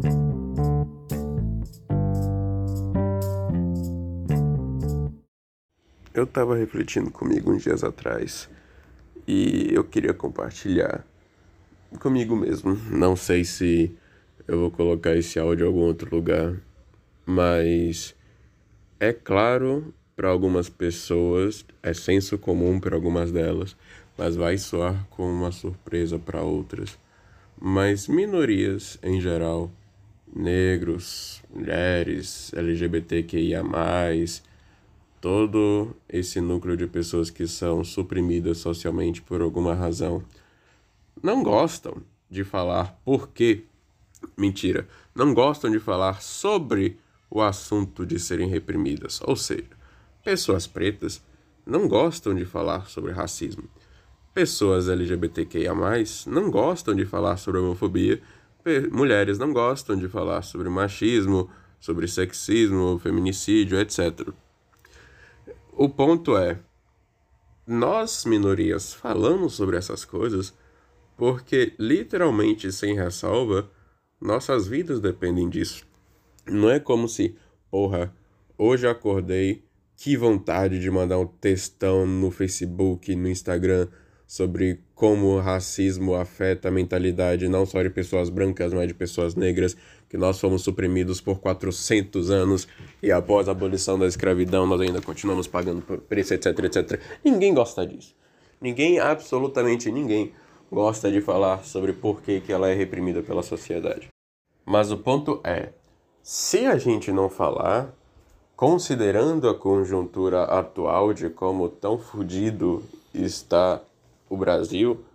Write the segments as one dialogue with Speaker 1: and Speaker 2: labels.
Speaker 1: Eu estava refletindo comigo uns dias atrás e eu queria compartilhar comigo mesmo. Não sei se eu vou colocar esse áudio em algum outro lugar, mas é claro para algumas pessoas, é senso comum para algumas delas, mas vai soar como uma surpresa para outras. Mas minorias em geral, negros, mulheres, LGBTQIA+, todo esse núcleo de pessoas que são suprimidas socialmente por alguma razão, não gostam de falar por quê. Mentira, não gostam de falar sobre o assunto de serem reprimidas. Ou seja, pessoas pretas não gostam de falar sobre racismo. Pessoas LGBTQIA+, não gostam de falar sobre homofobia. Mulheres não gostam de falar sobre machismo, sobre sexismo, feminicídio, etc. O ponto é, nós, minorias, falamos sobre essas coisas porque, literalmente, sem ressalva, nossas vidas dependem disso. Não é como se, porra, hoje acordei, que vontade de mandar um textão no Facebook, no Instagram, sobre como o racismo afeta a mentalidade não só de pessoas brancas, mas de pessoas negras, que nós fomos suprimidos por 400 anos e após a abolição da escravidão nós ainda continuamos pagando preço, etc, etc. Ninguém gosta disso. Ninguém, absolutamente ninguém, gosta de falar sobre por que ela é reprimida pela sociedade. Mas o ponto é, se a gente não falar, considerando a conjuntura atual de como tão fodido está o Brasil,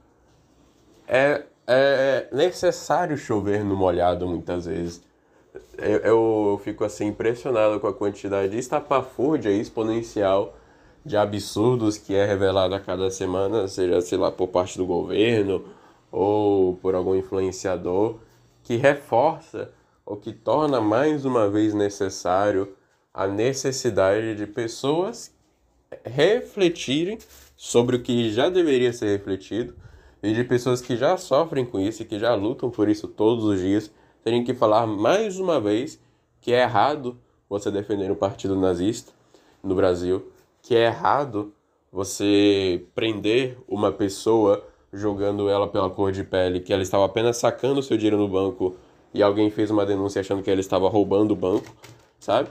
Speaker 1: é necessário chover no molhado muitas vezes. Eu fico assim impressionado com a quantidade estapafúrdia e exponencial de absurdos que é revelado a cada semana, seja, sei lá, por parte do governo ou por algum influenciador, que reforça ou que torna mais uma vez necessário a necessidade de pessoas refletirem sobre o que já deveria ser refletido e de pessoas que já sofrem com isso e que já lutam por isso todos os dias terem que falar mais uma vez que é errado você defender um partido nazista no Brasil, que é errado você prender uma pessoa julgando ela pela cor de pele, que ela estava apenas sacando o seu dinheiro no banco e alguém fez uma denúncia achando que ela estava roubando o banco, sabe?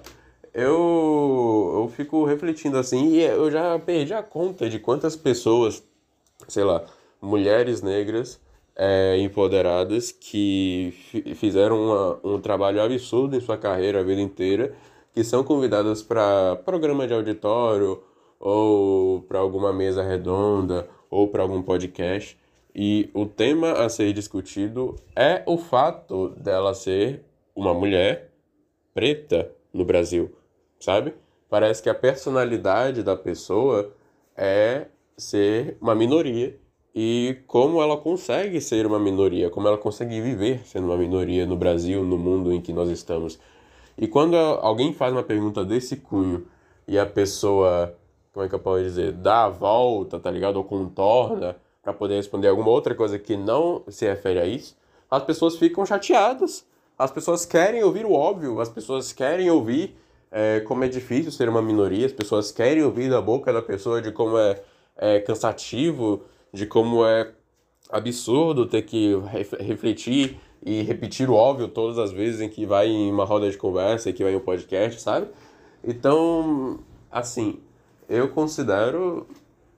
Speaker 1: Eu fico refletindo assim e eu já perdi a conta de quantas pessoas, sei lá, mulheres negras empoderadas que fizeram um trabalho absurdo em sua carreira a vida inteira, que são convidadas para programa de auditório ou para alguma mesa redonda ou para algum podcast. E o tema a ser discutido é o fato dela ser uma mulher preta no Brasil, sabe? Parece que a personalidade da pessoa é ser uma minoria e como ela consegue ser uma minoria, como ela consegue viver sendo uma minoria no Brasil, no mundo em que nós estamos. E quando alguém faz uma pergunta desse cunho e a pessoa, como é que eu posso dizer, dá a volta, tá ligado? Ou contorna para poder responder alguma outra coisa que não se refere a isso, as pessoas ficam chateadas. As pessoas querem ouvir o óbvio, as pessoas querem ouvir como é difícil ser uma minoria, as pessoas querem ouvir da boca da pessoa de como é cansativo, de como é absurdo ter que refletir e repetir o óbvio todas as vezes em que vai em uma roda de conversa, em que vai em um podcast, sabe? Então, assim, eu considero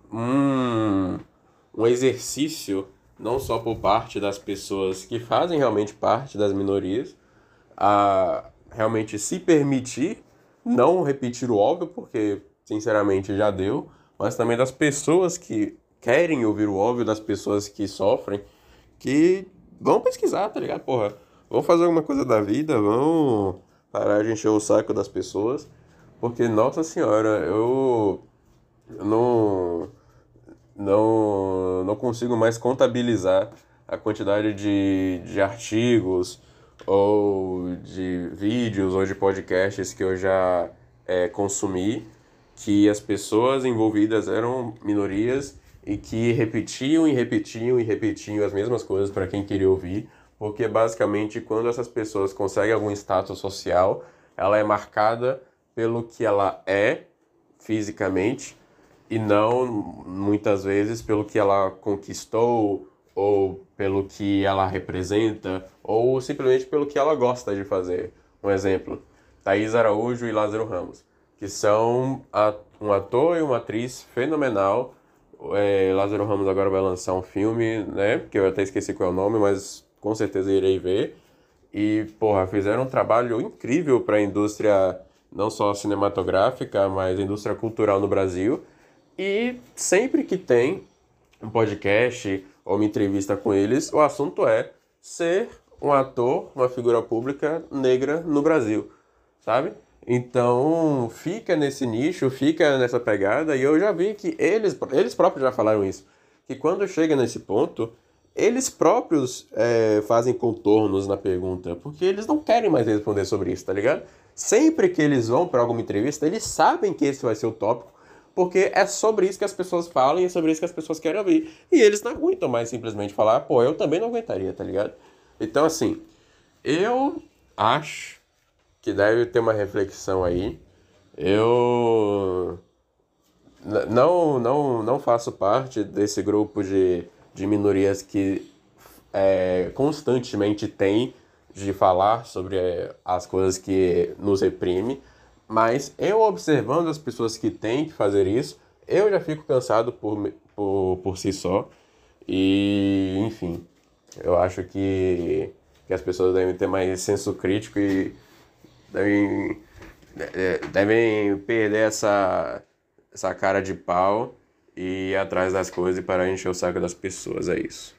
Speaker 1: um exercício não só por parte das pessoas que fazem realmente parte das minorias, a realmente se permitir não repetir o óbvio, porque, sinceramente, já deu, mas também das pessoas que querem ouvir o óbvio, das pessoas que sofrem, que vão pesquisar, tá ligado? Porra, vão fazer alguma coisa da vida, vão parar de encher o saco das pessoas, porque, nossa senhora, eu não consigo mais contabilizar a quantidade de artigos ou de vídeos ou de podcasts que eu já consumi, que as pessoas envolvidas eram minorias e que repetiam e repetiam e repetiam as mesmas coisas para quem queria ouvir, porque basicamente quando essas pessoas conseguem algum status social, ela é marcada pelo que ela é fisicamente e não muitas vezes pelo que ela conquistou ou pelo que ela representa ou simplesmente pelo que ela gosta de fazer. Um exemplo, Thaís Araújo e Lázaro Ramos, que são um ator e uma atriz fenomenal. Lázaro Ramos agora vai lançar um filme, né? Que eu até esqueci qual é o nome, mas com certeza irei ver. E, porra, fizeram um trabalho incrível para a indústria, não só cinematográfica, mas a indústria cultural no Brasil. E sempre que tem um podcast ou uma entrevista com eles, o assunto é ser um ator, uma figura pública negra no Brasil, sabe? Então, fica nesse nicho, fica nessa pegada, e eu já vi que eles próprios já falaram isso, que quando chega nesse ponto, eles próprios fazem contornos na pergunta, porque eles não querem mais responder sobre isso, tá ligado? Sempre que eles vão para alguma entrevista, eles sabem que esse vai ser o tópico, porque é sobre isso que as pessoas falam e é sobre isso que as pessoas querem ouvir. E eles não aguentam mais simplesmente falar, pô, eu também não aguentaria, tá ligado? Então, assim, eu acho que deve ter uma reflexão aí. Eu não faço parte desse grupo de minorias que constantemente tem de falar sobre as coisas que nos reprime, mas eu observando as pessoas que têm que fazer isso, eu já fico cansado por si só. E, enfim, eu acho que as pessoas devem ter mais senso crítico e devem, devem perder essa cara de pau e ir atrás das coisas e parar de encher o saco das pessoas, é isso.